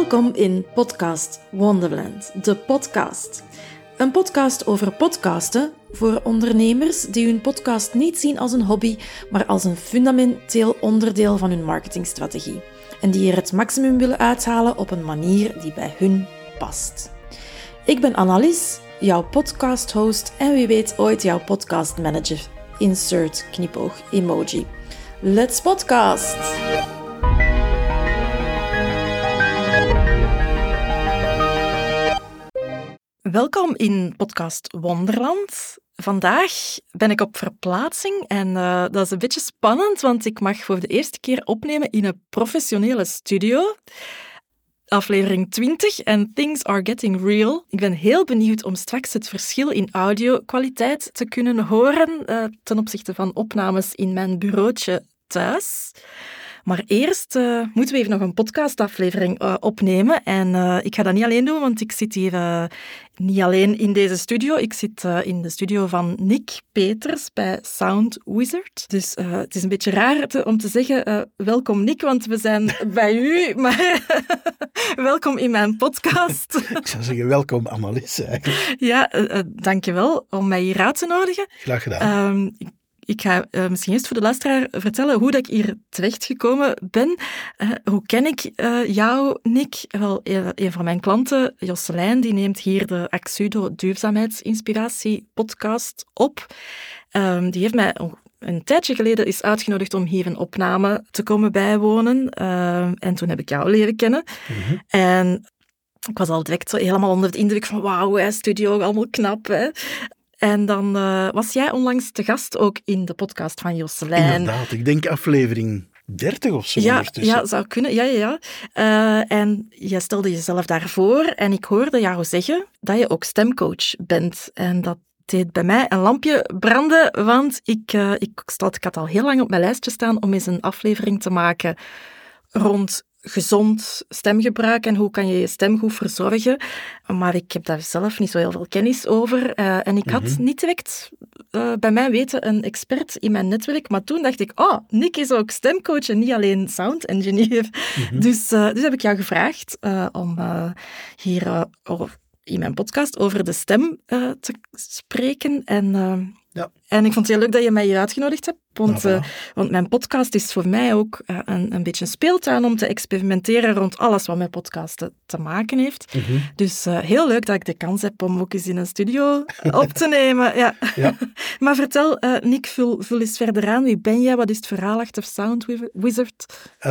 Welkom in Podcast Wonderland, de podcast. Een podcast over podcasten voor ondernemers die hun podcast niet zien als een hobby, maar als een fundamenteel onderdeel van hun marketingstrategie. En die er het maximum willen uithalen op een manier die bij hun past. Ik ben Annalies, jouw podcast-host en wie weet ooit jouw podcast-manager. Insert knipoog emoji. Let's podcast! Welkom in podcast Wonderland. Vandaag ben ik op verplaatsing en dat is een beetje spannend, want ik mag voor de eerste keer opnemen in een professionele studio. Aflevering 20 en Things Are Getting Real. Ik ben heel benieuwd om straks het verschil in audio-kwaliteit te kunnen horen ten opzichte van opnames in mijn bureautje thuis. Maar eerst moeten we even nog een podcastaflevering opnemen. En ik ga dat niet alleen doen, want ik zit hier niet alleen in deze studio. Ik zit in de studio van Nick Peters bij Sound Wizard. Dus het is een beetje raar om te zeggen welkom Nick, want we zijn bij u. Maar welkom in mijn podcast. Ik zou zeggen welkom Annalies eigenlijk. Ja, dankjewel om mij hier uit te nodigen. Graag gedaan. Ik ga misschien eerst voor de luisteraar vertellen hoe dat ik hier terechtgekomen ben. Hoe ken ik jou, Nick? Wel, een van mijn klanten, Josselijn, die neemt hier de Axudo Duurzaamheidsinspiratie podcast op. Die heeft mij een tijdje geleden is uitgenodigd om hier een opname te komen bijwonen. En toen heb ik jou leren kennen. Mm-hmm. En ik was al direct zo helemaal onder de indruk van wauw, studio, allemaal knap, hè. En dan was jij onlangs te gast ook in de podcast van Josselijn. Inderdaad, ik denk aflevering 30 of zo ondertussen. Ja, zou kunnen. Ja. En jij stelde jezelf daarvoor en ik hoorde jou zeggen dat je ook stemcoach bent. En dat deed bij mij een lampje branden, want ik had al heel lang op mijn lijstje staan om eens een aflevering te maken rond gezond stemgebruik en hoe kan je je stem goed verzorgen. Maar ik heb daar zelf niet zo heel veel kennis over. En ik had niet direct bij mij weten een expert in mijn netwerk. Maar toen dacht ik, Nick is ook stemcoach en niet alleen sound engineer. Mm-hmm. Dus heb ik jou gevraagd om hier in mijn podcast over de stem te spreken. En ik vond het heel leuk dat je mij hier uitgenodigd hebt. Want mijn podcast is voor mij ook een beetje een speeltuin om te experimenteren rond alles wat met podcasten te maken heeft. Mm-hmm. Dus heel leuk dat ik de kans heb om ook eens in een studio op te nemen. Ja. Maar vertel, Nick, vul eens verder aan. Wie ben jij? Wat is het verhaal achter Sound Wizard?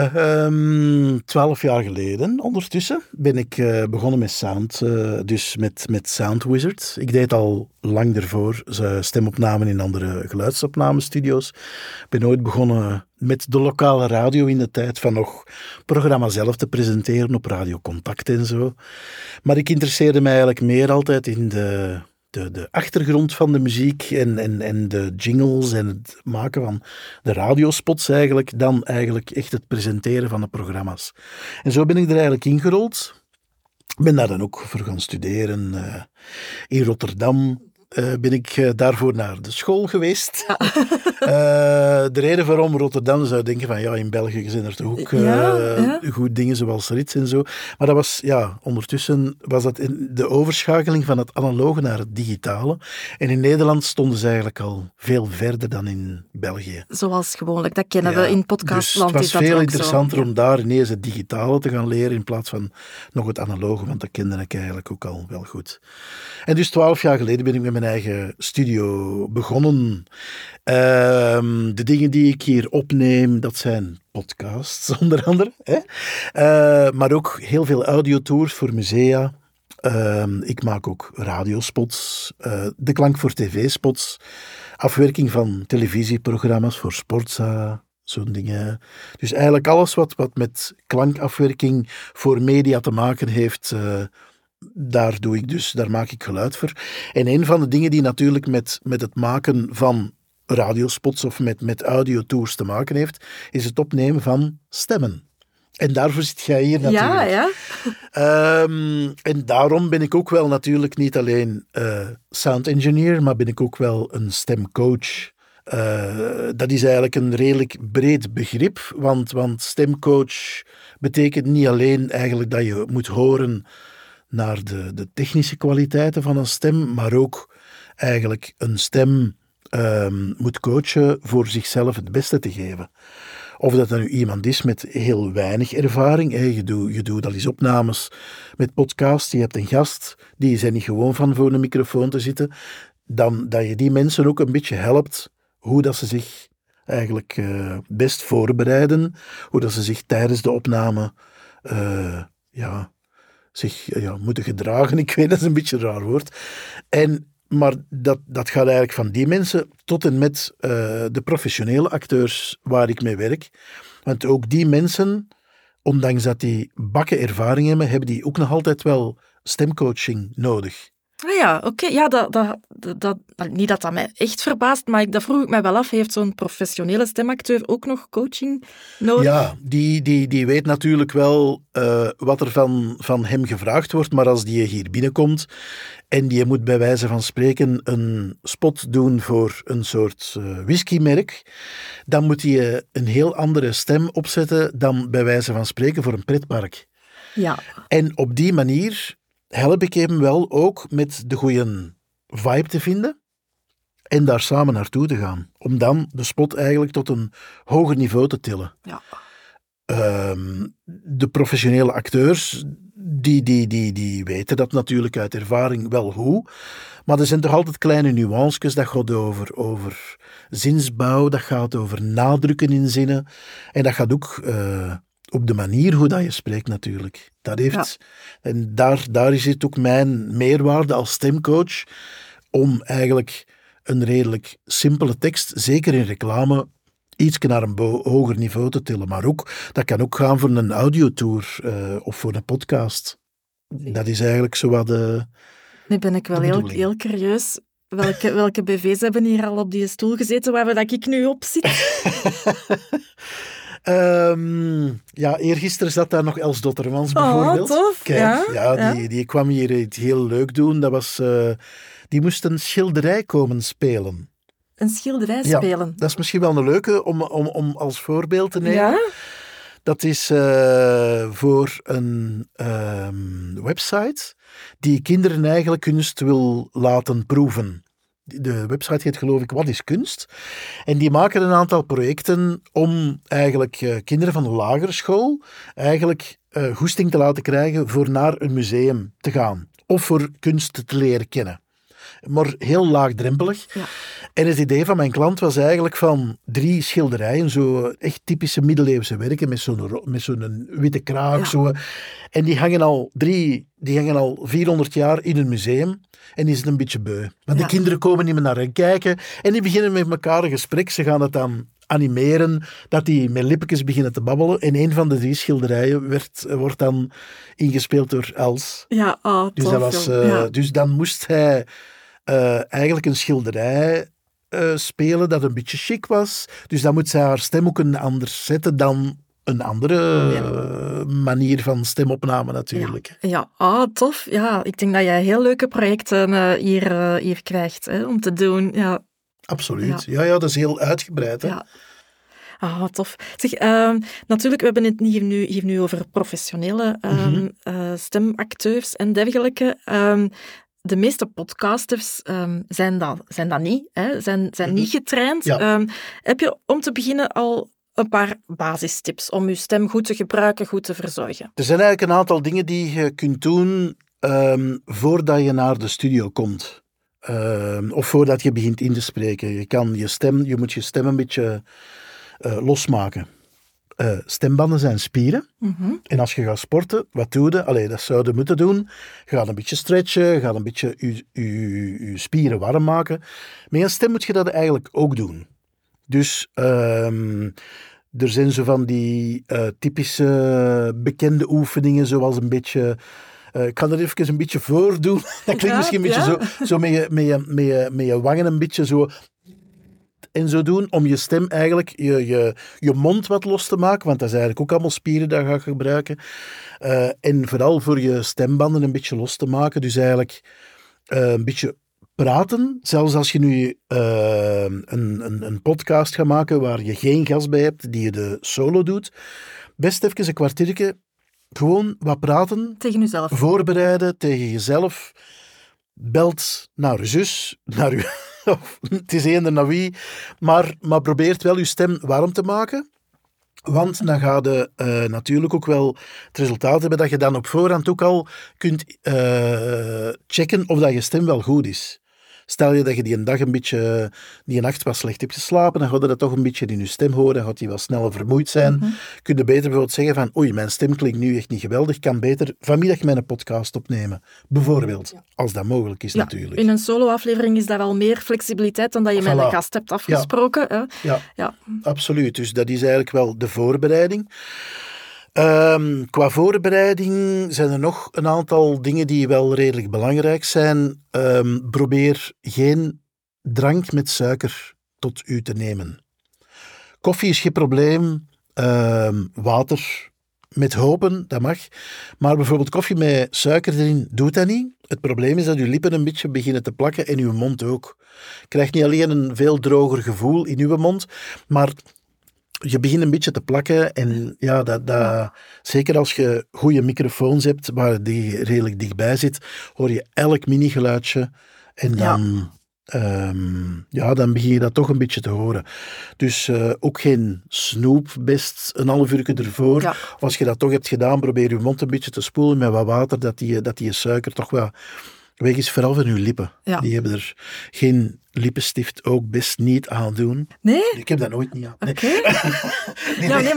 12 jaar geleden ondertussen ben ik begonnen met sound. Dus met Sound Wizard. Ik deed al lang ervoor stemopnamen in andere geluidsopnamestudio's. Ik ben ooit begonnen met de lokale radio in de tijd van nog programma zelf te presenteren op Radio Contact en zo. Maar ik interesseerde mij eigenlijk meer altijd in de achtergrond van de muziek en de jingles en het maken van de radiospots eigenlijk, dan eigenlijk echt het presenteren van de programma's. En zo ben ik er eigenlijk ingerold. Ik ben daar dan ook voor gaan studeren in Rotterdam. Ben ik daarvoor naar de school geweest. Ja. De reden waarom Rotterdam zou denken van in België zijn er toch ook goed dingen zoals rits en zo. Maar dat was, ondertussen was dat de overschakeling van het analoge naar het digitale. En in Nederland stonden ze eigenlijk al veel verder dan in België. Zoals gewoonlijk, dat kennen we in podcastland. Dus het was veel interessanter om daar ineens het digitale te gaan leren in plaats van nog het analoge, want dat kende ik eigenlijk ook al wel goed. En dus 12 jaar geleden ben ik met mijn eigen studio begonnen. De dingen die ik hier opneem, dat zijn podcasts onder andere. Maar ook heel veel audiotours voor musea. Ik maak ook radiospots, de klank voor tv-spots, afwerking van televisieprogramma's voor Sportza, zo'n dingen. Dus eigenlijk alles wat met klankafwerking voor media te maken heeft, daar maak ik geluid voor. En een van de dingen die natuurlijk met het maken van radiospots of met audiotours te maken heeft, is het opnemen van stemmen. En daarvoor zit jij hier natuurlijk. Ja. En daarom ben ik ook wel natuurlijk niet alleen sound engineer, maar ben ik ook wel een stemcoach Dat is eigenlijk een redelijk breed begrip, want stemcoach betekent niet alleen eigenlijk dat je moet horen naar de technische kwaliteiten van een stem, maar ook eigenlijk een stem moet coachen voor zichzelf het beste te geven. Of dat er nu iemand is met heel weinig ervaring. Je doet al eens opnames met podcasts, je hebt een gast, die zijn niet gewoon van voor een microfoon te zitten. Dan dat je die mensen ook een beetje helpt hoe dat ze zich eigenlijk best voorbereiden, hoe dat ze zich tijdens de opname zich moeten gedragen. Ik weet, dat is een beetje een raar woord. Maar dat gaat eigenlijk van die mensen tot en met de professionele acteurs waar ik mee werk. Want ook die mensen, ondanks dat die bakken ervaring hebben die ook nog altijd wel stemcoaching nodig. Ah ja, oké. Ja, niet dat mij echt verbaast, maar dat vroeg ik mij wel af. Heeft zo'n professionele stemacteur ook nog coaching nodig? Ja, die weet natuurlijk wel wat er van hem gevraagd wordt, maar als die hier binnenkomt en die moet bij wijze van spreken een spot doen voor een soort whiskymerk, dan moet hij een heel andere stem opzetten dan bij wijze van spreken voor een pretpark. Ja. En op die manier help ik hem wel ook met de goede vibe te vinden en daar samen naartoe te gaan. Om dan de spot eigenlijk tot een hoger niveau te tillen. Ja. De professionele acteurs, die weten dat natuurlijk uit ervaring wel hoe. Maar er zijn toch altijd kleine nuances. Dat gaat over zinsbouw, dat gaat over nadrukken in zinnen. En dat gaat ook op de manier hoe dat je spreekt natuurlijk. Dat heeft, en daar is het ook mijn meerwaarde als stemcoach, om eigenlijk een redelijk simpele tekst, zeker in reclame, iets naar een hoger niveau te tillen. Maar ook, dat kan ook gaan voor een audiotour of voor een podcast. Dat is eigenlijk zo wat Nu ben ik wel heel curieus. Welke BV's hebben hier al op die stoel gezeten waar dat ik nu op zit? Eergisteren zat daar nog Els Dottermans bijvoorbeeld. Tof. Kijk, die kwam hier iets heel leuk doen. Dat was, die moest een schilderij komen spelen. Een schilderij spelen? Ja, dat is misschien wel een leuke om als voorbeeld te nemen. Ja? Dat is voor een website die kinderen eigenlijk kunst wil laten proeven. De website heet, geloof ik, Wat is Kunst? En die maken een aantal projecten om eigenlijk kinderen van de lagere school eigenlijk goesting te laten krijgen voor naar een museum te gaan. Of voor kunst te leren kennen. Maar heel laagdrempelig. Ja. En het idee van mijn klant was eigenlijk van 3 schilderijen, zo echt typische middeleeuwse werken, met zo'n witte kraag. Ja. Zo. En die hangen al 400 jaar in een museum. En die is het een beetje beu. Want de kinderen komen niet meer naar hen kijken. En die beginnen met elkaar een gesprek. Ze gaan het dan animeren, dat die met lippetjes beginnen te babbelen. En een van de 3 schilderijen wordt dan ingespeeld door Els. Ja, dus, dat was, dus dan moest hij eigenlijk een schilderij spelen dat een beetje chic was. Dus dan moet zij haar stem ook anders zetten dan een andere manier van stemopname natuurlijk. Ja, tof. Ja, ik denk dat jij heel leuke projecten hier krijgt om te doen. Ja. Absoluut. Ja, dat is heel uitgebreid. Hè? Ja. Tof. Zeg, natuurlijk, we hebben het hier nu over professionele stemacteurs en dergelijke. De meeste podcasters zijn dat niet, hè? Zijn niet getraind. Ja. Heb je om te beginnen al een paar basistips om je stem goed te gebruiken, goed te verzorgen? Er zijn eigenlijk een aantal dingen die je kunt doen voordat je naar de studio komt. Of voordat je begint in te spreken. Je moet je stem een beetje losmaken. Stembanden zijn spieren. Mm-hmm. En als je gaat sporten, wat doe je? Dat zou je moeten doen. Je gaat een beetje stretchen, je gaat een beetje je spieren warm maken. Met je stem moet je dat eigenlijk ook doen. Dus er zijn zo van die typische bekende oefeningen, zoals een beetje... ik ga er even een beetje voordoen. Dat klinkt misschien een beetje zo met je wangen een beetje zo... En zo doen, om je stem eigenlijk, je mond wat los te maken, want dat is eigenlijk ook allemaal spieren dat je gaat gebruiken. En vooral voor je stembanden een beetje los te maken. Dus eigenlijk een beetje praten, zelfs als je nu een podcast gaat maken waar je geen gast bij hebt, die je de solo doet, best even een kwartiertje gewoon wat praten. Tegen jezelf. Voorbereiden tegen jezelf. Belt naar je zus, naar je... het is eender naar wie. Maar probeert wel je stem warm te maken. Want dan ga je natuurlijk ook wel het resultaat hebben dat je dan op voorhand ook al kunt checken of dat je stem wel goed is. Stel je dat je die een dag die nacht wat slecht hebt geslapen, dan gaat je dat toch een beetje in je stem horen, dan gaat die wat sneller vermoeid zijn. Kun je beter bijvoorbeeld zeggen van, oei, mijn stem klinkt nu echt niet geweldig, ik kan beter vanmiddag mijn podcast opnemen. Bijvoorbeeld, als dat mogelijk is natuurlijk. In een solo-aflevering is daar al meer flexibiliteit dan dat je met een gast hebt afgesproken. Ja, absoluut. Dus dat is eigenlijk wel de voorbereiding. Qua voorbereiding zijn er nog een aantal dingen die wel redelijk belangrijk zijn. Probeer geen drank met suiker tot u te nemen. Koffie is geen probleem. Water met hopen, dat mag. Maar bijvoorbeeld koffie met suiker erin, doet dat niet. Het probleem is dat uw lippen een beetje beginnen te plakken en uw mond ook. Je krijgt niet alleen een veel droger gevoel in uw mond, maar... Je begint een beetje te plakken en zeker als je goede microfoons hebt waar die redelijk dichtbij zit, hoor je elk mini-geluidje en dan begin je dat toch een beetje te horen. Dus ook geen snoep, best een half uur ervoor. Ja. Of als je dat toch hebt gedaan, probeer je mond een beetje te spoelen met wat water, dat die suiker toch wel weg is, vooral van je lippen. Ja. Die hebben er geen lippenstift ook best niet aan doen. Nee? Ik heb dat nooit niet aan. Nee. Okay.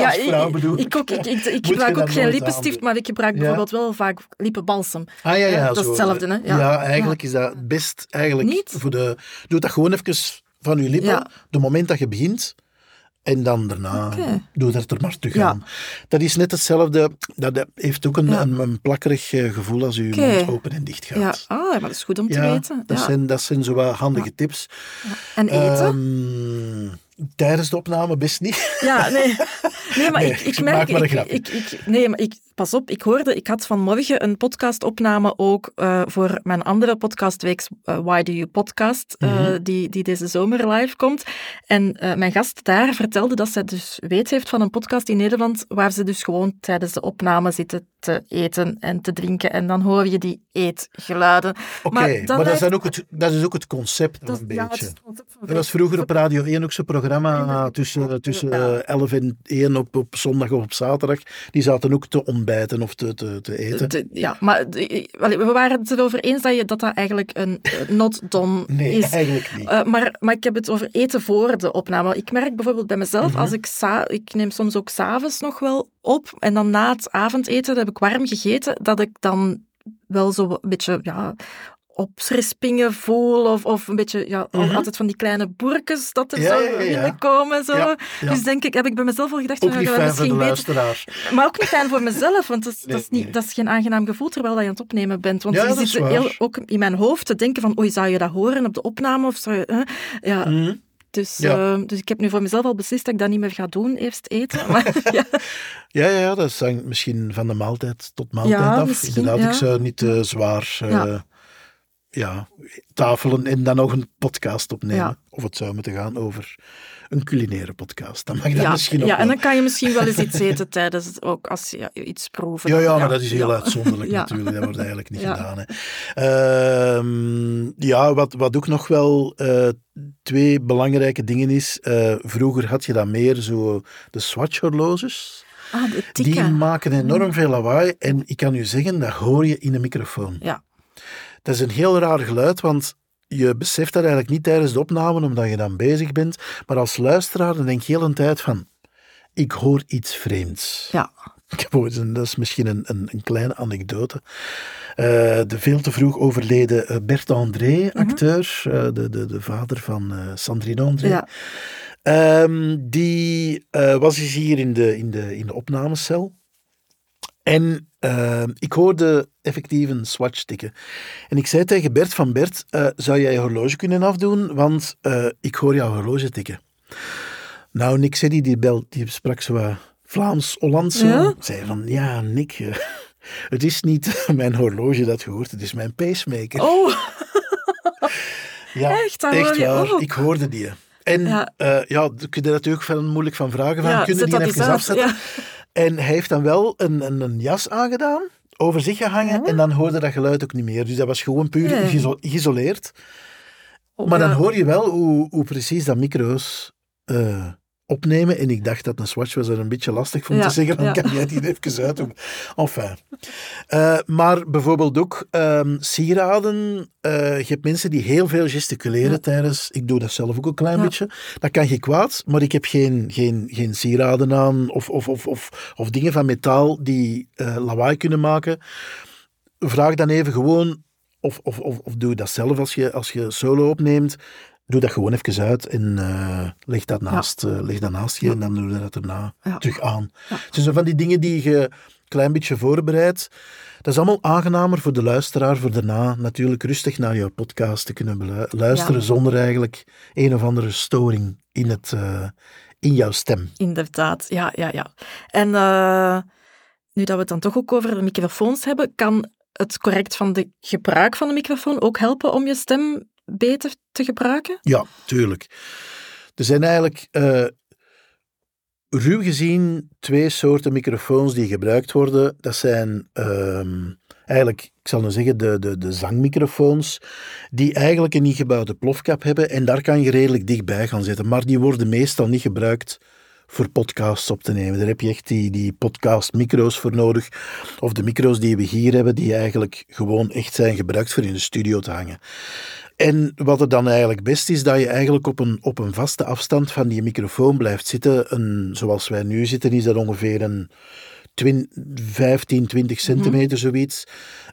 Ik gebruik ook geen lippenstift, maar ik gebruik bijvoorbeeld wel vaak lippenbalsem. Dat is hetzelfde, hè? Ja, eigenlijk is dat best eigenlijk doe dat gewoon even van je lippen, de moment dat je begint. En dan daarna doe dat er maar terug aan. Dat is net hetzelfde. Dat heeft ook een plakkerig gevoel als je mond open en dicht gaat. Ja, maar dat is goed om te weten. Dat zijn zo wat handige tips. Ja. En eten? Tijdens de opname best niet. Ja, nee. Nee, maar ik merk... Pas op, ik had vanmorgen een podcastopname ook voor mijn andere podcastweek, Why Do You Podcast, die deze zomer live komt. En mijn gast daar vertelde dat zij dus weet heeft van een podcast in Nederland waar ze dus gewoon tijdens de opname zitten te eten en te drinken. En dan hoor je die eetgeluiden. Maar dat is ook het concept een beetje. Er was vroeger op Radio 1 ook zo'n programma tussen 11 en 1 op zondag of op zaterdag. Die zaten ook te ontbijten of te eten. Maar we waren het erover eens dat eigenlijk een not done is. Nee, eigenlijk niet. Maar ik heb het over eten voor de opname. Ik merk bijvoorbeeld bij mezelf, als ik neem soms ook 's avonds nog wel op en dan na het avondeten, dat heb ik warm gegeten, dat ik dan wel zo een beetje... opsrispingen voel of een beetje, altijd van die kleine boerkes dat er zou willen komen. Zo. Ja. Dus heb ik bij mezelf al gedacht... Ook niet fijn voor de luisteraar. Maar ook niet fijn voor mezelf, want dat is geen aangenaam gevoel terwijl je aan het opnemen bent. Want je zit ook in mijn hoofd te denken van, zou je dat horen op de opname? Of zou je... Dus ik heb nu voor mezelf al beslist dat ik dat niet meer ga doen, eerst eten. Maar, dat hangt misschien van de maaltijd tot maaltijd af. Inderdaad, ik zou niet zwaar... tafelen en dan nog een podcast opnemen. Ja. Of het zou moeten gaan over een culinaire podcast. Dan mag dat misschien ook en dan kan je misschien wel eens iets eten tijdens, ook als je iets proeven. Maar dat is heel uitzonderlijk natuurlijk. Dat wordt eigenlijk niet gedaan. Hè. Wat ook nog wel 2 belangrijke dingen is. Vroeger had je dat meer zo de Swatch-horloges. Die maken enorm veel lawaai. En ik kan u zeggen, dat hoor je in de microfoon. Ja. Dat is een heel raar geluid, want je beseft dat eigenlijk niet tijdens de opname, omdat je dan bezig bent. Maar als luisteraar dan denk je heel een tijd van, ik hoor iets vreemds. Ja. Dat is misschien een kleine anekdote. De veel te vroeg overleden Bert André, acteur, de vader van Sandrine André. Ja. Die was eens hier in de opnamecel. En ik hoorde effectief een Swatch tikken. En ik zei tegen Bert van Bert, zou jij je horloge kunnen afdoen? Want ik hoor jouw horloge tikken. Nou, Nick zei die sprak zo Vlaams-Hollands. Ja? Zei van, ja, Nick, het is niet mijn horloge dat je hoort, het is mijn pacemaker. Oh! Ja, Echt? Dat echt hoor je waar. ook. Ik hoorde die. En daar kun je natuurlijk veel moeilijk van vragen. Van, kunnen zet die dat even eens uit. afzetten? Ja. En hij heeft dan wel een jas aangedaan, over zich gehangen, en dan hoorde dat geluid ook niet meer. Dus dat was gewoon puur geïsoleerd. Maar dan hoor je wel hoe precies dat micro's opnemen. En ik dacht dat een Swatch was er een beetje lastig om te zeggen, dan kan jij het hier even uitdoen. Enfin. Maar bijvoorbeeld ook sieraden. Je hebt mensen die heel veel gesticuleren tijdens... Ik doe dat zelf ook een klein beetje. Dat kan geen kwaad, maar ik heb geen sieraden aan of dingen van metaal die lawaai kunnen maken. Vraag dan even gewoon... Of doe dat zelf als je solo opneemt. Doe dat gewoon even uit en leg dat naast je en dan doe je dat erna terug aan. Ja. Dus van die dingen die je een klein beetje voorbereidt. Dat is allemaal aangenamer voor de luisteraar, voor daarna natuurlijk rustig naar jouw podcast te kunnen luisteren zonder eigenlijk een of andere storing in jouw stem. Inderdaad, ja. En nu dat we het dan toch ook over de microfoons hebben, kan het correct van de gebruik van de microfoon ook helpen om je stem beter te gebruiken? Ja, tuurlijk. Er zijn eigenlijk ruw gezien 2 soorten microfoons die gebruikt worden. Dat zijn eigenlijk, ik zal nou zeggen, de zangmicrofoons, die eigenlijk een ingebouwde plofkap hebben en daar kan je redelijk dichtbij gaan zitten. Maar die worden meestal niet gebruikt voor podcasts op te nemen. Daar heb je echt die podcastmicro's voor nodig. Of de micro's die we hier hebben, die eigenlijk gewoon echt zijn gebruikt voor in de studio te hangen. En wat er dan eigenlijk best is, dat je eigenlijk op een vaste afstand van die microfoon blijft zitten. Zoals wij nu zitten, is dat ongeveer een 15, 20 centimeter, zoiets.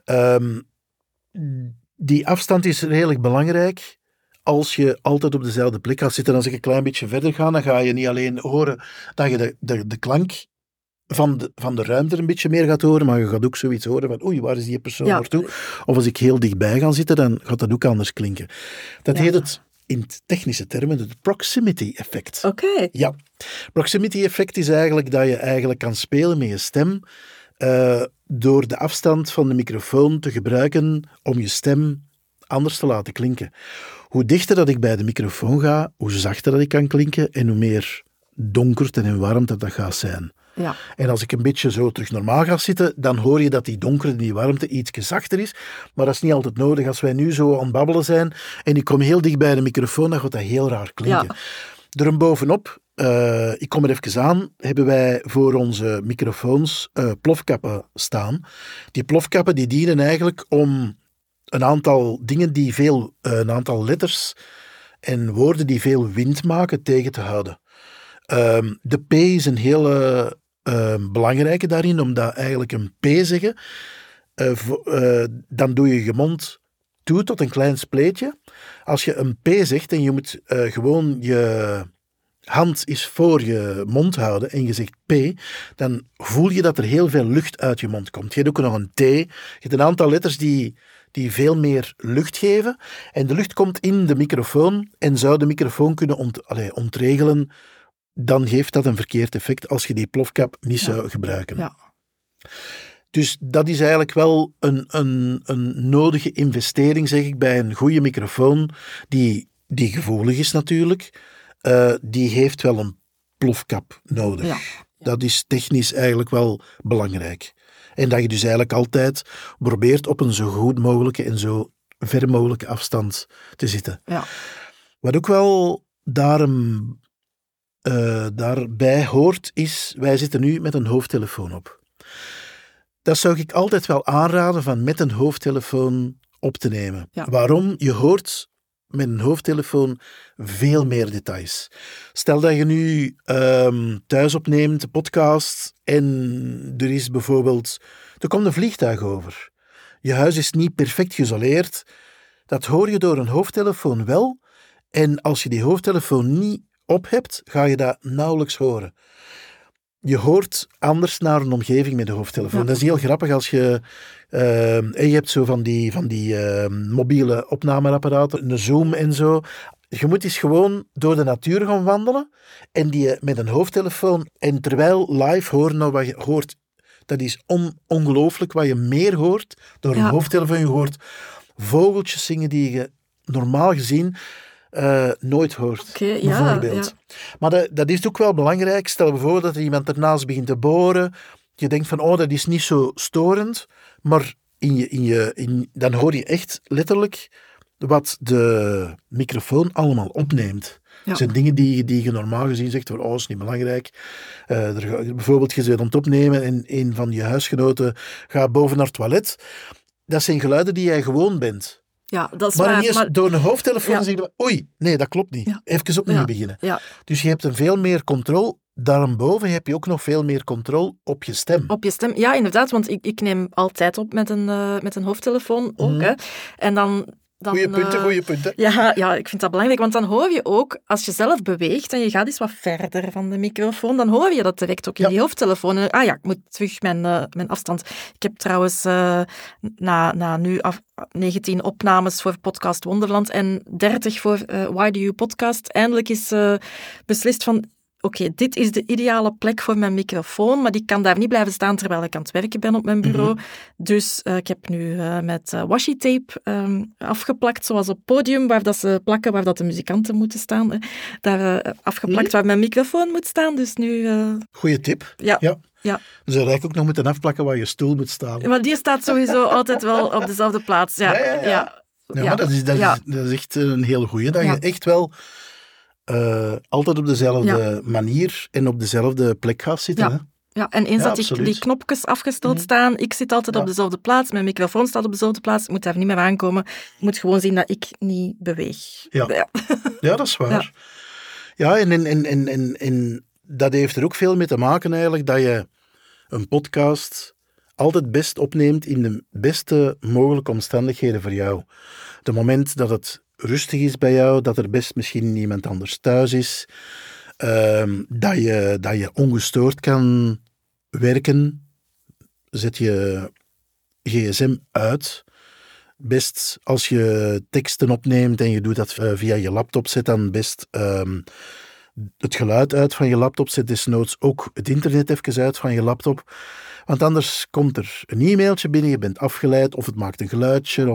Die afstand is redelijk belangrijk. Als je altijd op dezelfde plek gaat zitten, als ik een klein beetje verder ga, dan ga je niet alleen horen dat je de klank van de ruimte een beetje meer gaat horen, maar je gaat ook zoiets horen van oei, waar is die persoon naartoe? Of als ik heel dichtbij ga zitten, dan gaat dat ook anders klinken. Dat heet het in technische termen het proximity effect. Oké. Ja. Proximity effect is eigenlijk dat je eigenlijk kan spelen met je stem door de afstand van de microfoon te gebruiken om je stem anders te laten klinken. Hoe dichter dat ik bij de microfoon ga, hoe zachter dat ik kan klinken en hoe meer donkerte en warm dat gaat zijn. Ja. En als ik een beetje zo terug normaal ga zitten, dan hoor je dat die donkerte en die warmte iets zachter is. Maar dat is niet altijd nodig. Als wij nu zo aan het babbelen zijn en ik kom heel dicht bij de microfoon, dan gaat dat heel raar klinken. Ja. Er bovenop, ik kom er even aan, hebben wij voor onze microfoons plofkappen staan. Die plofkappen die dienen eigenlijk om een aantal dingen een aantal letters en woorden die veel wind maken tegen te houden. De P is een hele belangrijke daarin, omdat eigenlijk een P zeggen, dan doe je je mond toe tot een klein spleetje. Als je een P zegt en je moet gewoon je hand is voor je mond houden en je zegt P, dan voel je dat er heel veel lucht uit je mond komt. Je hebt ook nog een T, je hebt een aantal letters die veel meer lucht geven. En de lucht komt in de microfoon en zou de microfoon kunnen ontregelen. Dan geeft dat een verkeerd effect als je die plofkap niet zou gebruiken. Ja. Dus dat is eigenlijk wel een nodige investering, zeg ik, bij een goede microfoon, die gevoelig is natuurlijk. Die heeft wel een plofkap nodig. Ja. Dat is technisch eigenlijk wel belangrijk. En dat je dus eigenlijk altijd probeert op een zo goed mogelijke en zo ver mogelijke afstand te zitten. Ja. Wat ook wel daarbij hoort is, wij zitten nu met een hoofdtelefoon op. Dat zou ik altijd wel aanraden van met een hoofdtelefoon op te nemen. Ja. Waarom? Je hoort met een hoofdtelefoon veel meer details. Stel dat je nu thuis opneemt, een podcast, en er is bijvoorbeeld... Er komt een vliegtuig over. Je huis is niet perfect geïsoleerd. Dat hoor je door een hoofdtelefoon wel. En als je die hoofdtelefoon niet op hebt, ga je dat nauwelijks horen. Je hoort anders naar een omgeving met de hoofdtelefoon. Ja. Dat is heel grappig als je... je hebt zo van die mobiele opnameapparaten, een Zoom en zo. Je moet eens gewoon door de natuur gaan wandelen en die met een hoofdtelefoon en terwijl live horen naar wat je hoort. Dat is ongelooflijk wat je meer hoort door een hoofdtelefoon. Je hoort vogeltjes zingen die je normaal gezien nooit hoort. Oké, bijvoorbeeld. ja. Maar dat is ook wel belangrijk. Stel bijvoorbeeld dat er iemand ernaast begint te boren. Je denkt van, dat is niet zo storend. Maar dan hoor je echt letterlijk wat de microfoon allemaal opneemt. Ja. Dat zijn dingen die je normaal gezien zegt, dat is niet belangrijk. Bijvoorbeeld, je bent aan het opnemen en een van je huisgenoten gaat boven naar het toilet. Dat zijn geluiden die jij gewoon bent. Ja, dat is Maar waar. ineens door een hoofdtelefoon zeggen we, oei, nee, dat klopt niet. Ja. Even opnieuw beginnen. Ja. Dus je hebt een veel meer controle. Daarboven heb je ook nog veel meer controle op je stem. Op je stem, ja, inderdaad, want ik neem altijd op met een hoofdtelefoon ook. Hè. En dan Goeie punten. Ja, ik vind dat belangrijk, want dan hoor je ook, als je zelf beweegt en je gaat eens wat verder van de microfoon, dan hoor je dat direct ook in die hoofdtelefoon. Ik moet terug mijn afstand. Ik heb trouwens na nu 19 opnames voor Podcast Wonderland en 30 voor Why Do You Podcast, eindelijk is beslist van... Oké, dit is de ideale plek voor mijn microfoon, maar die kan daar niet blijven staan terwijl ik aan het werken ben op mijn bureau. Dus ik heb nu met washi-tape afgeplakt, zoals op podium, waar dat ze plakken, waar dat de muzikanten moeten staan. Daar afgeplakt waar mijn microfoon moet staan. Dus nu... Goeie tip. Ja. Dus dan zou eigenlijk ook nog moeten afplakken waar je stoel moet staan. Maar die staat sowieso altijd wel op dezelfde plaats. Ja, maar dat is echt een hele goeie. Dat je echt wel... altijd op dezelfde manier en op dezelfde plek gaat zitten. Hè? Ja, en eens dat die knopjes afgesteld staan, ik zit altijd op dezelfde plaats, mijn microfoon staat op dezelfde plaats, ik moet daar niet meer aankomen. Ik moet gewoon zien dat ik niet beweeg. Ja, dat is waar. Ja, en dat heeft er ook veel mee te maken eigenlijk, dat je een podcast altijd best opneemt in de beste mogelijke omstandigheden voor jou. Het moment dat het rustig is bij jou, dat er best misschien niemand anders thuis is, dat je ongestoord kan werken, zet je gsm uit. Best als je teksten opneemt en je doet dat via je laptop, zet dan best het geluid uit van je laptop, zet desnoods ook het internet even uit van je laptop. Want anders komt er een e-mailtje binnen, je bent afgeleid, of het maakt een geluidje,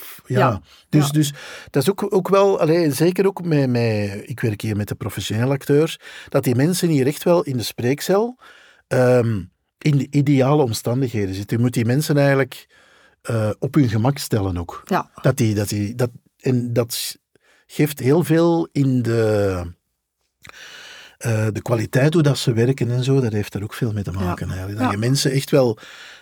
Dus dat is ook wel, zeker ook ik werk hier met de professionele acteurs, dat die mensen hier echt wel in de spreekcel in de ideale omstandigheden zitten. Je moet die mensen eigenlijk op hun gemak stellen ook. Ja. Dat geeft heel veel in de kwaliteit hoe dat ze werken en zo, dat heeft daar ook veel mee te maken eigenlijk. Dat je mensen echt wel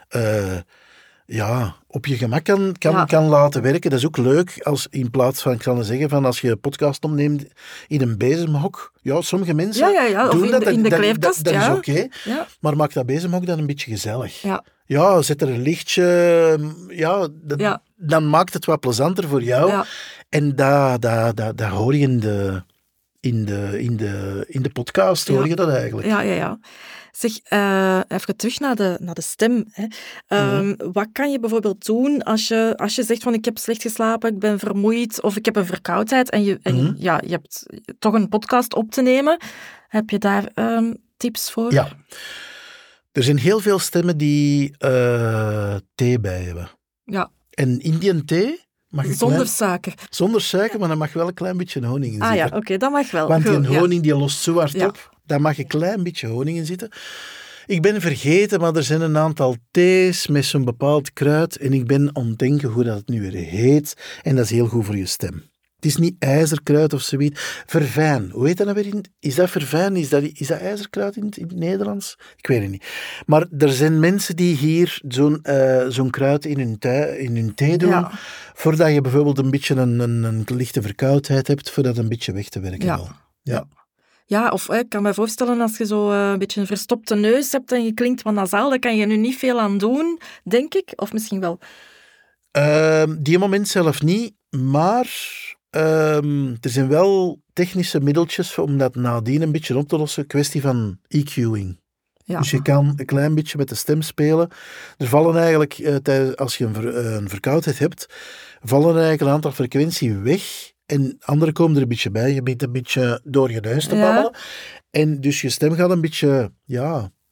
op je gemak kan laten werken. Dat is ook leuk, als in plaats van, ik zal zeggen, van als je een podcast opneemt in een bezemhok. Ja, sommige mensen doen of in de kleefkast. Dat is oké. Maar maak dat bezemhok dan een beetje gezellig. Ja, zet er een lichtje. Dan maakt het wat plezanter voor jou. Ja. En dat hoor je in de podcast, hoor je dat eigenlijk. Ja. Zeg, even terug naar de stem. Hè. Wat kan je bijvoorbeeld doen als je zegt van ik heb slecht geslapen, ik ben vermoeid of ik heb een verkoudheid en je hebt toch een podcast op te nemen. Heb je daar tips voor? Ja. Er zijn heel veel stemmen die thee bij hebben. Ja. En Indian thee... Zonder suiker. Zonder suiker, maar dan mag wel een klein beetje honing in zitten. Oké, dat mag wel. Want die honing die lost zo hard op, daar mag een klein beetje honing in zitten. Ik ben vergeten, maar er zijn een aantal thees met zo'n bepaald kruid en ik ben aan het denken hoe dat het nu weer heet. En dat is heel goed voor je stem. Het is niet ijzerkruid of zoiets. Verfijn. Hoe heet dat nou weer? Is dat verfijn? Is dat ijzerkruid in het Nederlands? Ik weet het niet. Maar er zijn mensen die hier zo'n kruid in hun thee doen, voordat je bijvoorbeeld een beetje een lichte verkoudheid hebt, voordat het een beetje weg te werken. Ja, of ik kan me voorstellen als je zo een beetje een verstopte neus hebt en je klinkt wat nasaal, daar kan je nu niet veel aan doen, denk ik. Of misschien wel. Die moment zelf niet, maar... er zijn wel technische middeltjes om dat nadien een beetje op te lossen. Kwestie van EQing. Ja. Dus je kan een klein beetje met de stem spelen. Er vallen eigenlijk, als je een verkoudheid hebt, vallen eigenlijk een aantal frequenties weg. En andere komen er een beetje bij. Je bent een beetje door je neus te babbelen. En dus je stem gaat een beetje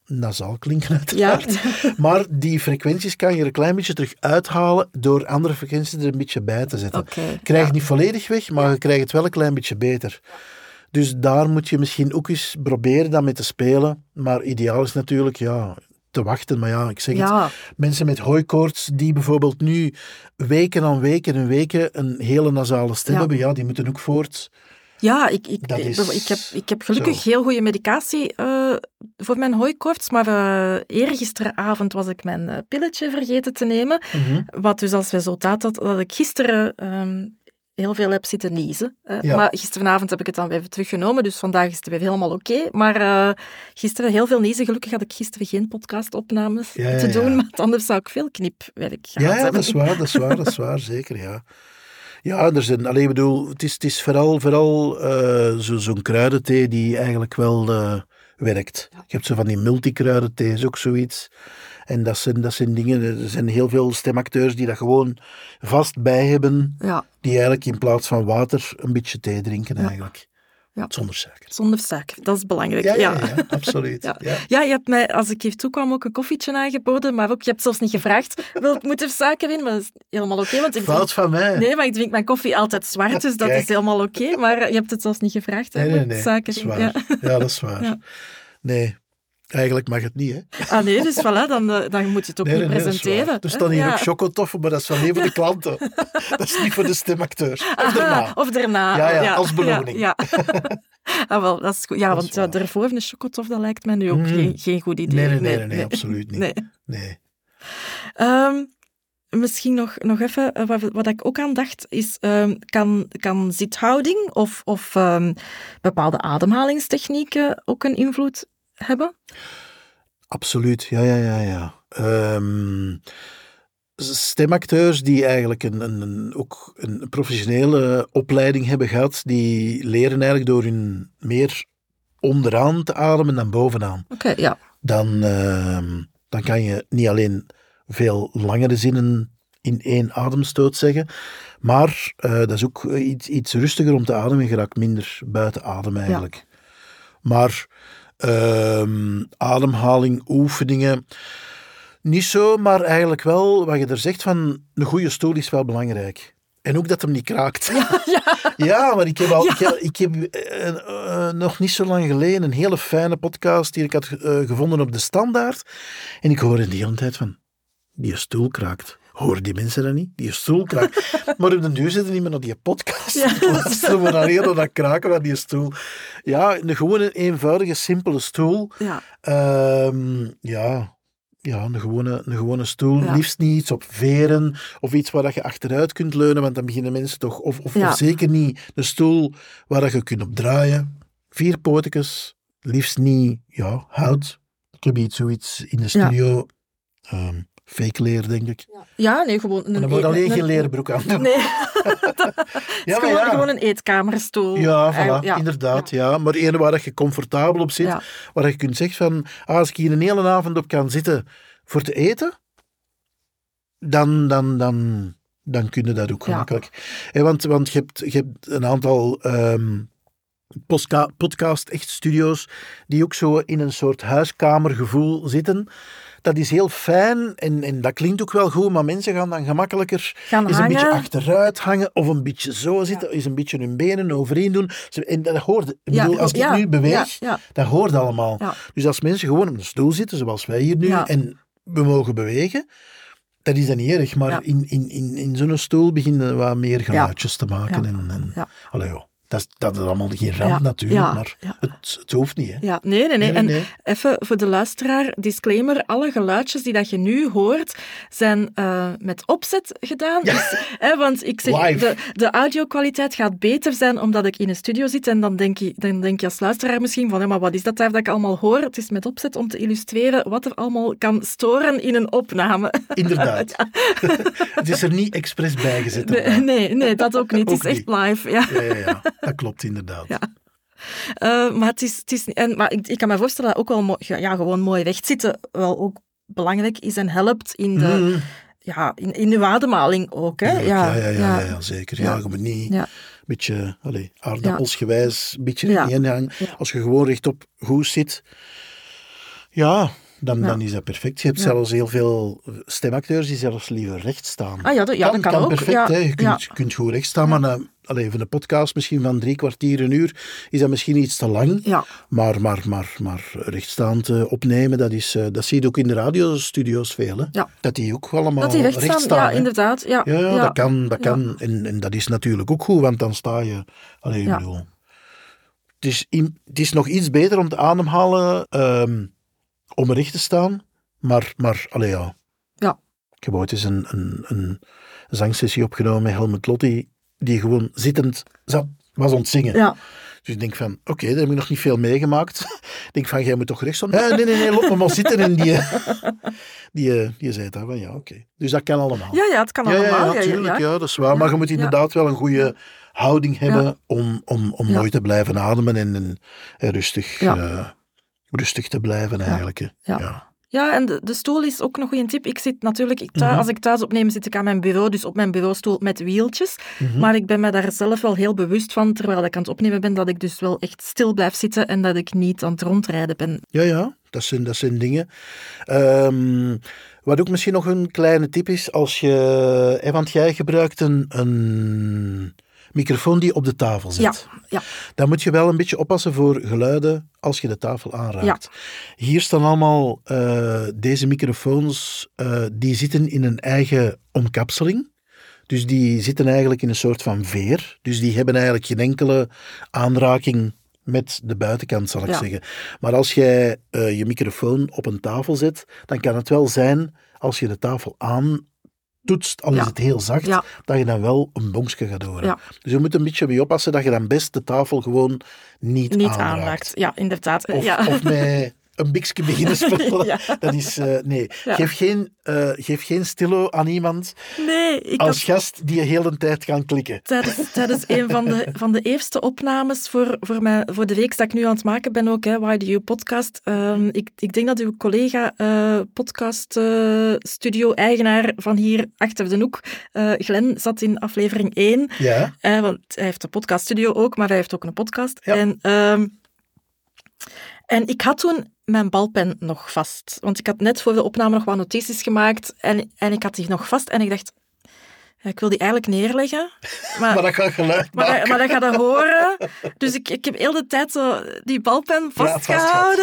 nasaal klinken uiteraard. Ja. Maar die frequenties kan je er een klein beetje terug uithalen door andere frequenties er een beetje bij te zetten. Krijg je niet volledig weg, maar je krijgt het wel een klein beetje beter. Dus daar moet je misschien ook eens proberen dan mee te spelen. Maar ideaal is natuurlijk te wachten. Maar ja, ik zeg het. Mensen met hooikoorts die bijvoorbeeld nu weken aan weken en weken een hele nasale stem hebben, die moeten ook voort. Ja, ik heb gelukkig heel goede medicatie voor mijn hooikoorts, maar eergisteravond was ik mijn pilletje vergeten te nemen. Mm-hmm. Wat dus als resultaat had dat ik gisteren heel veel heb zitten niezen. Maar gisteravond heb ik het dan weer even teruggenomen, dus vandaag is het weer helemaal oké. Maar gisteren heel veel niezen. Gelukkig had ik gisteren geen podcastopnames te doen, want anders zou ik veel knipwerk gehad hebben. Dat is waar, zeker, ja. Ja, het is vooral zo'n kruidenthee die eigenlijk wel werkt. Je hebt zo van die multikruidenthee, is ook zoiets. En dat zijn dingen, er zijn heel veel stemacteurs die dat gewoon vast bij hebben, die eigenlijk in plaats van water een beetje thee drinken eigenlijk. Ja. Zonder suiker. Zonder suiker, dat is belangrijk. Ja, absoluut. Je hebt mij, als ik hier toekwam, ook een koffietje aangeboden, maar ook, je hebt zelfs niet gevraagd, moet er suiker in? Maar dat is helemaal oké. Fout van mij. Nee, maar ik drink mijn koffie altijd zwart, dus dat is helemaal oké. Maar je hebt het zelfs niet gevraagd. Nee, suiker in. Ja, dat is waar. Ja. Nee. Eigenlijk mag het niet, hè? Nee, dus voilà, dan moet je het ook niet presenteren. Er staan hier ook chocotoffen, maar dat is wel niet voor de klanten. Dat is niet voor de stemacteurs. Of daarna. Ja, als beloning. Ja. Wel, dat is goed. Ja, want daarvoor een chocotof, dat lijkt mij nu ook geen goed idee. Nee, absoluut niet. Nee. Misschien nog even, wat ik ook aan dacht, is kan zithouding of bepaalde ademhalingstechnieken ook een invloed hebben? Absoluut, ja. Stemacteurs die eigenlijk ook een professionele opleiding hebben gehad, die leren eigenlijk door hun meer onderaan te ademen dan bovenaan. Oké, ja. Dan kan je niet alleen veel langere zinnen in één ademstoot zeggen, maar dat is ook iets rustiger om te ademen. Je raakt minder buiten adem eigenlijk. Ja. Maar ademhaling, oefeningen, niet zo, maar eigenlijk wel, wat je er zegt van, een goede stoel is wel belangrijk. En ook dat hem niet kraakt. Ja, maar ik heb nog niet zo lang geleden een hele fijne podcast die ik had gevonden op De Standaard. En ik hoorde de hele tijd van, die stoel kraakt. Horen die mensen dat niet? Die stoel kraakt. Maar op den duur zitten niet meer naar die podcast. Luisteren we naar heel dat kraken van die stoel. Ja, een gewone, eenvoudige, simpele stoel. Een gewone stoel. Ja. Liefst niet iets op veren of iets waar je achteruit kunt leunen, want dan beginnen mensen toch... Of zeker niet een stoel waar je kunt op draaien. 4 pootjes. Liefst niet, hout. Ik heb zoiets in de studio... fake leer, denk ik. Ja, nee, gewoon... En dan moet alleen geen leerbroek aan doen. Nee. Gewoon een eetkamerstoel. Ja, voilà, inderdaad. Ja. Maar een waar je comfortabel op zit, waar je kunt zeggen van, als ik hier een hele avond op kan zitten voor te eten, dan kun je dat ook gemakkelijk. Want je hebt een aantal podcast-studio's die ook zo in een soort huiskamergevoel zitten. Dat is heel fijn en dat klinkt ook wel goed, maar mensen gaan dan gemakkelijker eens een beetje achteruit hangen of een beetje zo zitten, eens een beetje hun benen overeen doen. En dat hoort, als ik nu beweeg, dat hoort allemaal. Ja. Dus als mensen gewoon op een stoel zitten, zoals wij hier nu, en we mogen bewegen, dat is dan niet erg, maar in zo'n stoel beginnen we wat meer geluidjes te maken. Dat is allemaal geen ramp natuurlijk, maar het hoeft niet. Hè? Ja, nee. En even voor de luisteraar, disclaimer, alle geluidjes die dat je nu hoort, zijn met opzet gedaan. Ja. Dus, want ik zeg, de audiokwaliteit gaat beter zijn omdat ik in een studio zit en dan denk je als luisteraar misschien van, maar wat is dat daar dat ik allemaal hoor? Het is met opzet om te illustreren wat er allemaal kan storen in een opname. Inderdaad. Het is er niet expres bijgezet. Nee, dat ook niet. Het is echt live. Ja. Dat klopt, inderdaad. Ja. Maar het is maar ik kan me voorstellen dat ook wel gewoon mooi wegzitten wel ook belangrijk is en helpt in de... in uw ademhaling ook. Hè? Ja, zeker. Ja, je moet niet een beetje aardappelsgewijs een beetje in hangen. Ja. Als je gewoon rechtop goed zit, Ja, dan is dat perfect. Je hebt zelfs heel veel stemacteurs die zelfs liever recht staan. Ah ja, dat kan ook. Perfect, ja. hè. Je kunt goed recht staan, maar voor een podcast misschien van 3 kwartier, een uur, is dat misschien iets te lang. Ja. Maar rechtstaand opnemen, dat zie je ook in de radiostudio's veel. Hè? Ja. Dat die ook allemaal dat die recht staan, ja, hè. inderdaad. Ja, dat kan. En dat is natuurlijk ook goed, want dan sta je... ik bedoel... Het is nog iets beter om te ademhalen... om recht te staan, maar ja. Ik heb ooit eens een zangsessie opgenomen met Helmut Lotti, die gewoon zittend was aan het zingen. Ja. Dus ik denk van, oké, daar heb ik nog niet veel meegemaakt. Ik denk van, jij moet toch recht staan? Nee, loop maar zitten. En die zei dan van, ja, oké. Dus dat kan allemaal. Ja, het kan allemaal. Ja, tuurlijk, ja, dat is waar. Maar je moet inderdaad wel een goede houding hebben om mooi te blijven ademen en rustig te blijven eigenlijk. Hè. Ja, en de stoel is ook nog een tip. Ik zit natuurlijk, als ik thuis opneem, zit ik aan mijn bureau, dus op mijn bureaustoel met wieltjes. Maar ik ben me daar zelf wel heel bewust van, terwijl ik aan het opnemen ben, dat ik dus wel echt stil blijf zitten en dat ik niet aan het rondrijden ben. Ja, dat zijn dingen. Wat ook misschien nog een kleine tip is, want jij gebruikt een microfoon die op de tafel zit. Ja. Dan moet je wel een beetje oppassen voor geluiden als je de tafel aanraakt. Ja. Hier staan allemaal deze microfoons, die zitten in een eigen omkapseling. Dus die zitten eigenlijk in een soort van veer. Dus die hebben eigenlijk geen enkele aanraking met de buitenkant, zal ik zeggen. Maar als jij je microfoon op een tafel zet, dan kan het wel zijn, als je de tafel toetst, al is het heel zacht, dat je dan wel een bonkje gaat horen. Ja. Dus je moet een beetje mee oppassen dat je dan best de tafel gewoon niet aanraakt. Ja, inderdaad. Of met een bikske beginnen spelen. Dat is... nee. Ja. Geef geen stillo aan iemand als gast die je heel de tijd kan klikken. Tijdens een van de eerste opnames voor de reeks dat ik nu aan het maken ben ook, YDU Podcast. Ik denk dat uw collega podcast studio-eigenaar van hier achter de hoek, Glenn, zat in aflevering 1. Ja. Want hij heeft een podcaststudio ook, maar hij heeft ook een podcast. Ja. En ik had toen mijn balpen nog vast. Want ik had net voor de opname nog wat notities gemaakt. En ik had die nog vast. En ik dacht, ik wil die eigenlijk neerleggen. Maar dat gaat geluid maken. Maar dat gaat dat horen. Dus ik heb heel de tijd zo die balpen vastgehouden.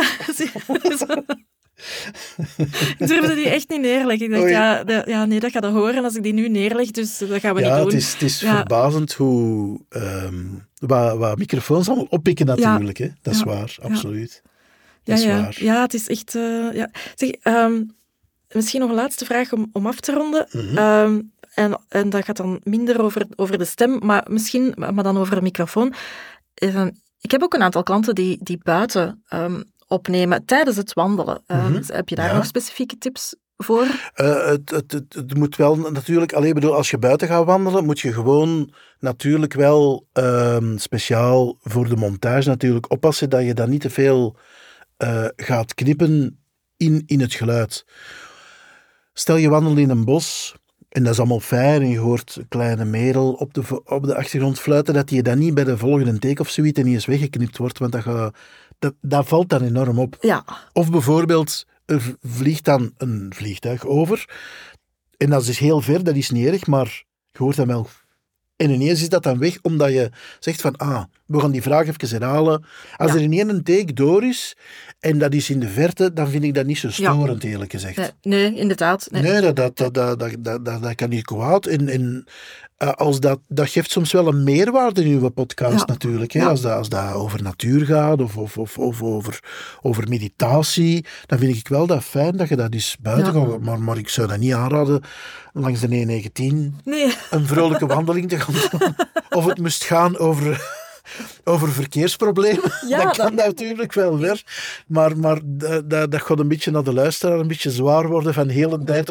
Ik durfde die echt niet neerleggen. Ik dacht, nee, dat gaat dat horen als ik die nu neerleg. Dus dat gaan we niet doen. Het is verbazend hoe... wat microfoons allemaal oppikken natuurlijk. Hè? Dat is waar, absoluut. Dat is waar. Ja, het is echt... Zeg, misschien nog een laatste vraag om af te ronden. En dat gaat dan minder over de stem, maar dan over een microfoon. Ik heb ook een aantal klanten die buiten opnemen tijdens het wandelen. Heb je daar nog specifieke tips voor? Het moet wel natuurlijk... als je buiten gaat wandelen, moet je gewoon natuurlijk wel speciaal voor de montage natuurlijk oppassen dat je dan niet te veel gaat knippen in het geluid. Stel je wandelt in een bos en dat is allemaal fijn en je hoort een kleine merel op de achtergrond fluiten, dat die dan niet bij de volgende take of zoiets niet eens weggeknipt wordt, want dat valt dan enorm op. Ja. Of bijvoorbeeld, er vliegt dan een vliegtuig over en dat is dus heel ver, dat is niet erg, maar je hoort dan wel... En ineens is dat dan weg, omdat je zegt van, we gaan die vraag even herhalen. Als er in één take door is, en dat is in de verte, dan vind ik dat niet zo storend, eerlijk gezegd. Nee, inderdaad. Nee, dat kan niet kwaad. En als dat geeft soms wel een meerwaarde in uw podcast natuurlijk. Hè? Als dat over natuur gaat, of over meditatie, dan vind ik wel dat fijn dat je dat eens buiten gaat. Maar ik zou dat niet aanraden langs de E19 een vrolijke wandeling te gaan doen. Of het moest gaan over verkeersproblemen. Dat kan natuurlijk wel ver. Maar dat gaat een beetje naar de luisteraar een beetje zwaar worden van de hele tijd.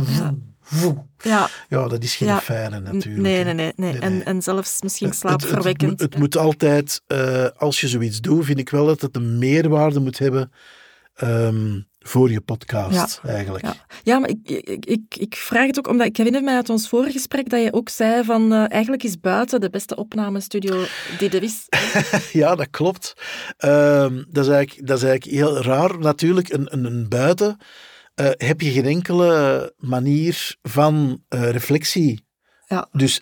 Ja, dat is geen fijne natuurlijk. Nee. En zelfs misschien slaapverwekkend. Het moet altijd, als je zoiets doet, vind ik wel dat het een meerwaarde moet hebben voor je podcast, eigenlijk. Ja, maar ik vraag het ook omdat ik herinner mij uit ons vorige gesprek dat je ook zei van eigenlijk is buiten de beste opnamestudio die er is. Ja, dat klopt. Dat is eigenlijk heel raar. Natuurlijk, een buiten heb je geen enkele manier van reflectie. Ja. Dus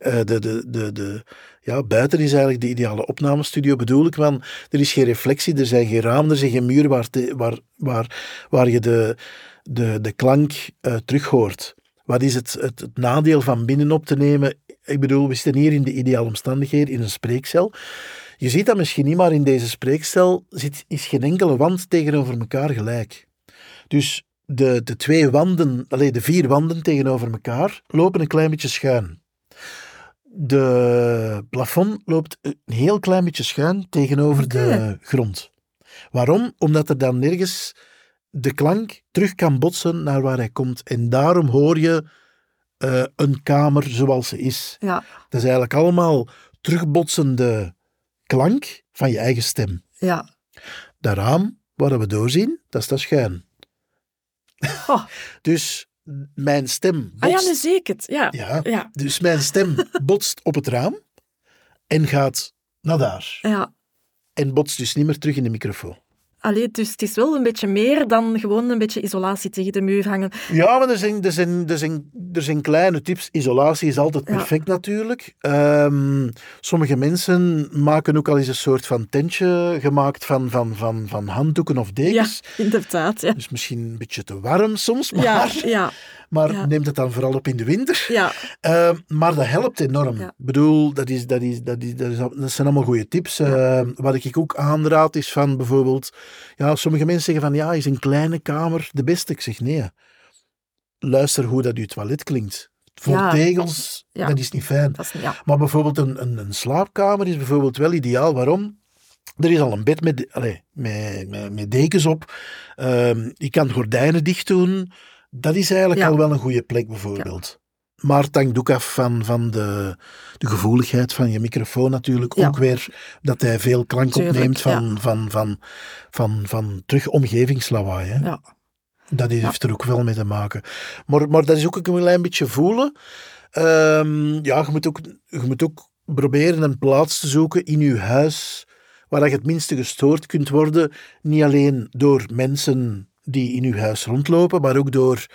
buiten is eigenlijk de ideale opnamestudio, bedoel ik, want er is geen reflectie, er zijn geen ramen, er zijn geen muren waar je de klank terug hoort. Wat is het nadeel van binnen op te nemen? Ik bedoel, we zitten hier in de ideale omstandigheden, in een spreekcel. Je ziet dat misschien niet, maar in deze spreekcel is geen enkele wand tegenover elkaar gelijk. Dus de 4 wanden tegenover elkaar lopen een klein beetje schuin. De plafond loopt een heel klein beetje schuin tegenover de grond. Waarom? Omdat er dan nergens de klank terug kan botsen naar waar hij komt. En daarom hoor je een kamer zoals ze is. Ja. Dat is eigenlijk allemaal terugbotsende klank van je eigen stem. Ja. Dat raam waar we doorzien, dat staat schuin. Oh. Dus mijn stem botst... nu zie ik het. Ja. Dus mijn stem botst op het raam en gaat naar daar. Ja. En botst dus niet meer terug in de microfoon. Allee, dus het is wel een beetje meer dan gewoon een beetje isolatie tegen de muur hangen. Ja, maar er zijn kleine tips. Isolatie is altijd perfect natuurlijk. Sommige mensen maken ook al eens een soort van tentje gemaakt van handdoeken of dekens. Ja, inderdaad. Ja. Dus misschien een beetje te warm soms, maar neemt het dan vooral op in de winter. Ja. Maar dat helpt enorm. Ja. Ik bedoel, dat zijn allemaal goede tips. Wat ik ook aanraad is van bijvoorbeeld... Ja, sommige mensen zeggen van, is een kleine kamer de beste? Ik zeg, nee. Luister hoe dat je toilet klinkt. Voor tegels, dat is niet fijn. Dat is, Maar bijvoorbeeld een slaapkamer is bijvoorbeeld wel ideaal. Waarom? Er is al een bed met dekens op. Je kan gordijnen dicht doen. Dat is eigenlijk al wel een goede plek bijvoorbeeld. Ja. Maar het hangt ook af van de gevoeligheid van je microfoon natuurlijk. Ook weer dat hij veel klank opneemt van terug omgevingslawaai. Hè. Ja. Dat heeft er ook wel mee te maken. Maar dat is ook een klein beetje voelen. Je moet ook proberen een plaats te zoeken in je huis waar je het minste gestoord kunt worden. Niet alleen door mensen die in uw huis rondlopen, maar ook door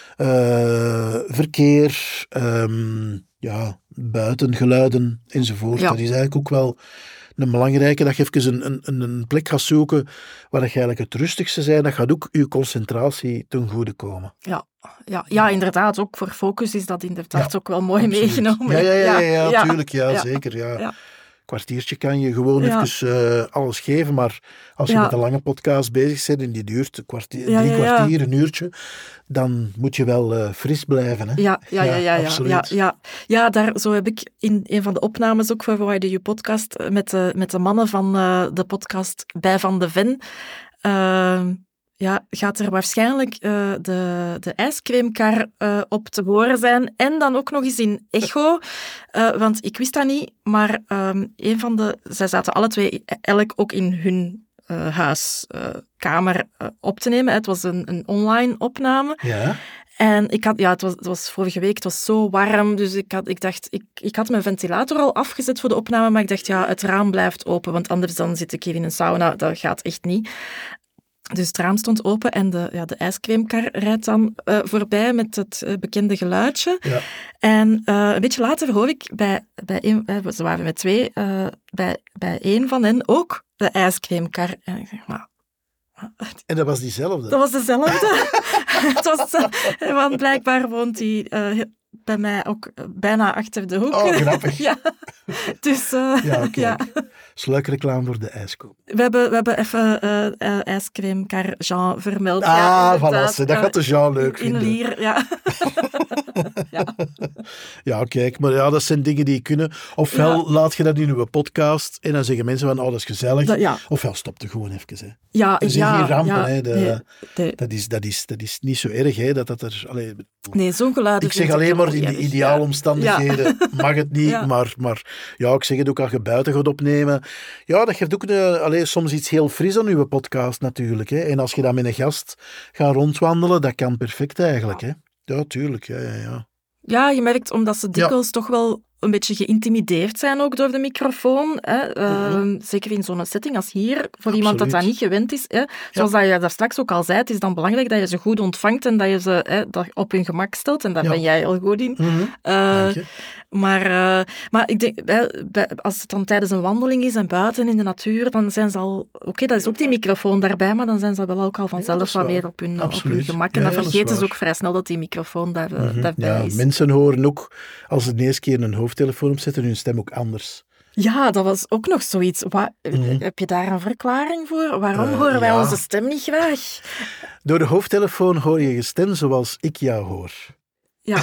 verkeer, buitengeluiden enzovoort. Ja. Dat is eigenlijk ook wel een belangrijke, dat je even een plek gaat zoeken waar je eigenlijk het rustigste bent. Dat gaat ook je concentratie ten goede komen. Ja, inderdaad. Ook voor focus is dat inderdaad ook wel mooi meegenomen. Ja, tuurlijk. Ja, zeker. Ja. Kwartiertje kan je gewoon even alles geven, maar als je met een lange podcast bezig bent en die duurt drie kwartier, een uurtje, dan moet je wel fris blijven. Hè? Absoluut. Zo heb ik in een van de opnames ook voor Why Do You podcast met de mannen van de podcast bij Van de Ven. Gaat er waarschijnlijk de ijscreamkar op te horen zijn. En dan ook nog eens in echo. Want ik wist dat niet, maar zij zaten alle twee elk ook in hun huiskamer op te nemen. Het was een online opname. Ja. En het was vorige week, het was zo warm, dus ik dacht, ik had mijn ventilator al afgezet voor de opname, maar ik dacht, het raam blijft open, want anders dan zit ik hier in een sauna, dat gaat echt niet. Dus het raam stond open en de ijscreamkar rijdt dan voorbij met het bekende geluidje. Ja. En een beetje later hoor ik bij ze waren met twee, bij één van hen ook de ijscreamkar. En ik zeg, maar... En dat was diezelfde? Dat was dezelfde. Want blijkbaar woont hij bij mij ook bijna achter de hoek. Oh, grappig. Ja. Dus, sluikreclame voor de ijskoop. We hebben even ijscreamkar Jean vermeld. Voilà, dat gaat de Jean leuk vinden. In Lier, ja. Ja, kijk, maar ja, dat zijn dingen die kunnen. Ofwel laat je dat in uw podcast en dan zeggen mensen van, oh, dat is gezellig. Ofwel stop er gewoon even. Hè. Ja, er zijn geen rampen. Hè. Nee. Dat is niet zo erg, hè, dat er... Nee, zo'n geluid. Ik zeg alleen maar, in de ideale omstandigheden mag het niet, maar ja, ik zeg het ook als je buiten gaat opnemen. Ja, dat geeft ook soms iets heel fris aan uw podcast natuurlijk. Hè. En als je dan met een gast gaat rondwandelen, dat kan perfect eigenlijk. Hè. Ja, tuurlijk. Ja. Ja, je merkt, omdat ze dikwijls toch wel een beetje geïntimideerd zijn ook door de microfoon. Hè. Zeker in zo'n setting als hier, voor iemand dat niet gewend is. Hè. Zoals dat je daar straks ook al zei, het is dan belangrijk dat je ze goed ontvangt en dat je ze dat op hun gemak stelt. En daar ben jij heel goed in. Dank je. Maar ik denk, als het dan tijdens een wandeling is en buiten in de natuur, dan zijn ze al... Oké, dat is ook die microfoon daarbij, maar dan zijn ze wel ook al vanzelf wat meer op hun gemak. En dan vergeten ze ook vrij snel dat die microfoon daarbij is. Mensen horen ook, als ze de eerste keer een hoofdtelefoon opzetten, hun stem ook anders. Ja, dat was ook nog zoiets. Heb je daar een verklaring voor? Waarom horen wij onze stem niet graag? Door de hoofdtelefoon hoor je je stem zoals ik jou hoor. Ja.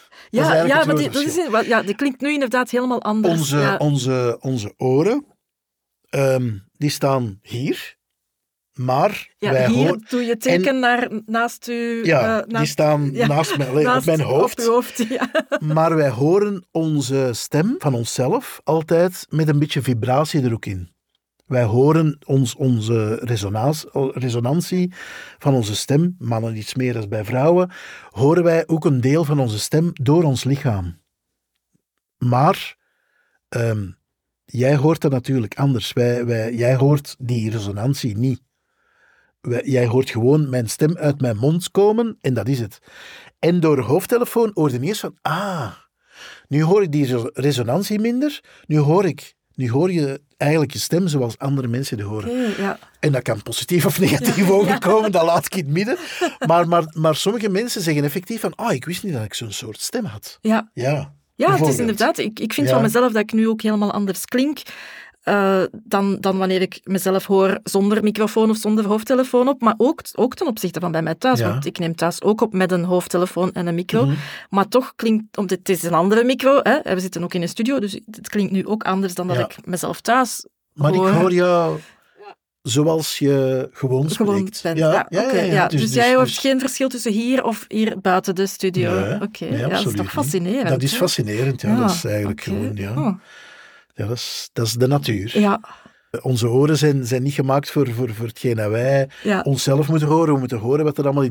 Maar die klinkt nu inderdaad helemaal anders. Onze oren, die staan hier, maar wij hier horen... doe je teken naast u... die staan naast mij, op mijn hoofd. Op uw hoofd, ja. Maar wij horen onze stem van onszelf altijd met een beetje vibratie er ook in. Wij horen onze resonantie van onze stem, mannen iets meer dan bij vrouwen, horen wij ook een deel van onze stem door ons lichaam. Maar jij hoort dat natuurlijk anders. Jij hoort die resonantie niet. Jij hoort gewoon mijn stem uit mijn mond komen en dat is het. En door de hoofdtelefoon hoor je eerst van, nu hoor ik die resonantie minder, nu hoor je eigenlijk je stem zoals andere mensen die horen. Okay, ja. En dat kan positief of negatief overkomen, dat laat ik in het midden. Maar sommige mensen zeggen effectief van, ik wist niet dat ik zo'n soort stem had. Ja, het is inderdaad... Ik vind van mezelf dat ik nu ook helemaal anders klink dan wanneer ik mezelf hoor zonder microfoon of zonder hoofdtelefoon op, maar ook ten opzichte van bij mij thuis, want ik neem thuis ook op met een hoofdtelefoon en een micro, maar toch klinkt, omdat het is een andere micro, hè, we zitten ook in een studio, dus het klinkt nu ook anders dan dat ik mezelf thuis hoor. Maar ik hoor jou zoals je gewoon spreekt. Bent. Dus jij hoort geen verschil tussen hier of hier buiten de studio. Nee, dat is toch fascinerend. Dat is fascinerend, dat is eigenlijk gewoon, Ja, dat is de natuur. Ja. Onze oren zijn niet gemaakt voor hetgeen dat wij onszelf moeten horen. We moeten horen wat er allemaal in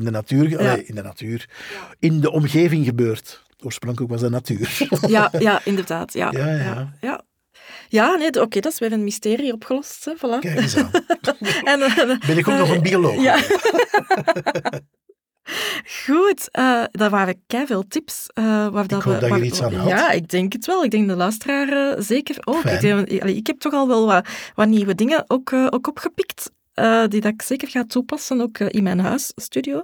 de omgeving gebeurt. Oorspronkelijk was dat natuur. Ja, inderdaad. Ja, oké, dat is weer een mysterie opgelost. Hè, voilà. Kijk eens aan. Ben ik ook nog een bioloog? Ja. Goed, dat waren keiveel tips. Ik hoop dat je er iets aan had. Ja, ik denk het wel. Ik denk de luisteraar zeker ook. Ik heb toch al wel wat nieuwe dingen ook opgepikt, die dat ik zeker ga toepassen, ook in mijn huisstudio.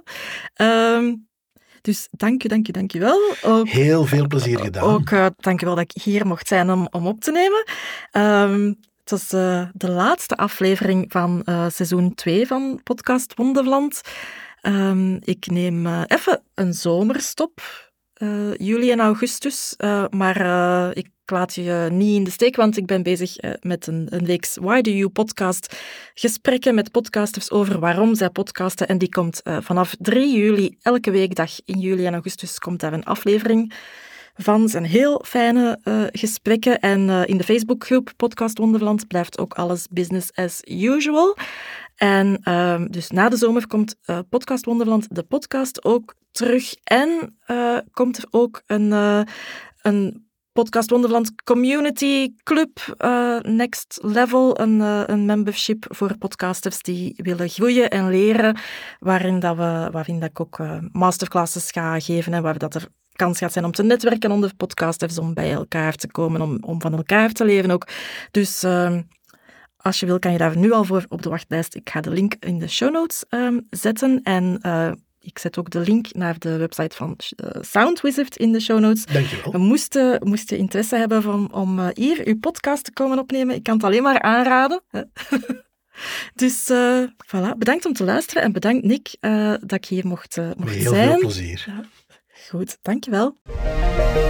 Dus dank u wel. Ook, heel veel plezier gedaan. Ook dank u wel dat ik hier mocht zijn om op te nemen. Het was de laatste aflevering van seizoen 2 van podcast Wonderland. Ik neem even een zomerstop, juli en augustus, maar ik laat je niet in de steek, want ik ben bezig met een weeks Why Do You podcast, gesprekken met podcasters over waarom zij podcasten, en die komt vanaf 3 juli, elke weekdag in juli en augustus komt daar een aflevering van. Het zijn heel fijne gesprekken, en in de Facebookgroep Podcast Wonderland blijft ook alles business as usual. En dus na de zomer komt Podcast Wonderland, de podcast, ook terug. En komt er ook een Podcast Wonderland Community Club, Next Level, een membership voor podcasters die willen groeien en leren, waarin dat ik ook masterclasses ga geven en waar dat er kans gaat zijn om te netwerken onder podcasters, om bij elkaar te komen, om van elkaar te leren ook. Dus... als je wil, kan je daar nu al voor op de wachtlijst. Ik ga de link in de show notes zetten. En ik zet ook de link naar de website van Soundwizard in de show notes. Dankjewel. We moesten interesse hebben om hier uw podcast te komen opnemen. Ik kan het alleen maar aanraden. Dus voilà. Bedankt om te luisteren. En bedankt, Nick, dat ik hier mocht zijn. Heel veel plezier. Ja. Goed, dankjewel.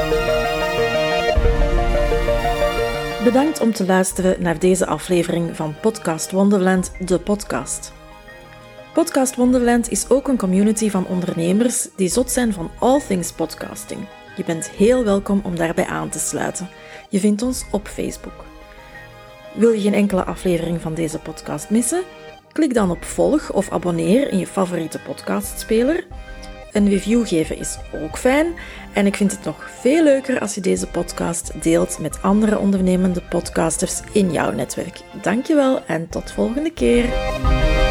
Bedankt om te luisteren naar deze aflevering van Podcast Wonderland, de podcast. Podcast Wonderland is ook een community van ondernemers die zot zijn van all things podcasting. Je bent heel welkom om daarbij aan te sluiten. Je vindt ons op Facebook. Wil je geen enkele aflevering van deze podcast missen? Klik dan op volg of abonneer in je favoriete podcastspeler. Een review geven is ook fijn en ik vind het nog veel leuker als je deze podcast deelt met andere ondernemende podcasters in jouw netwerk. Dankjewel en tot volgende keer.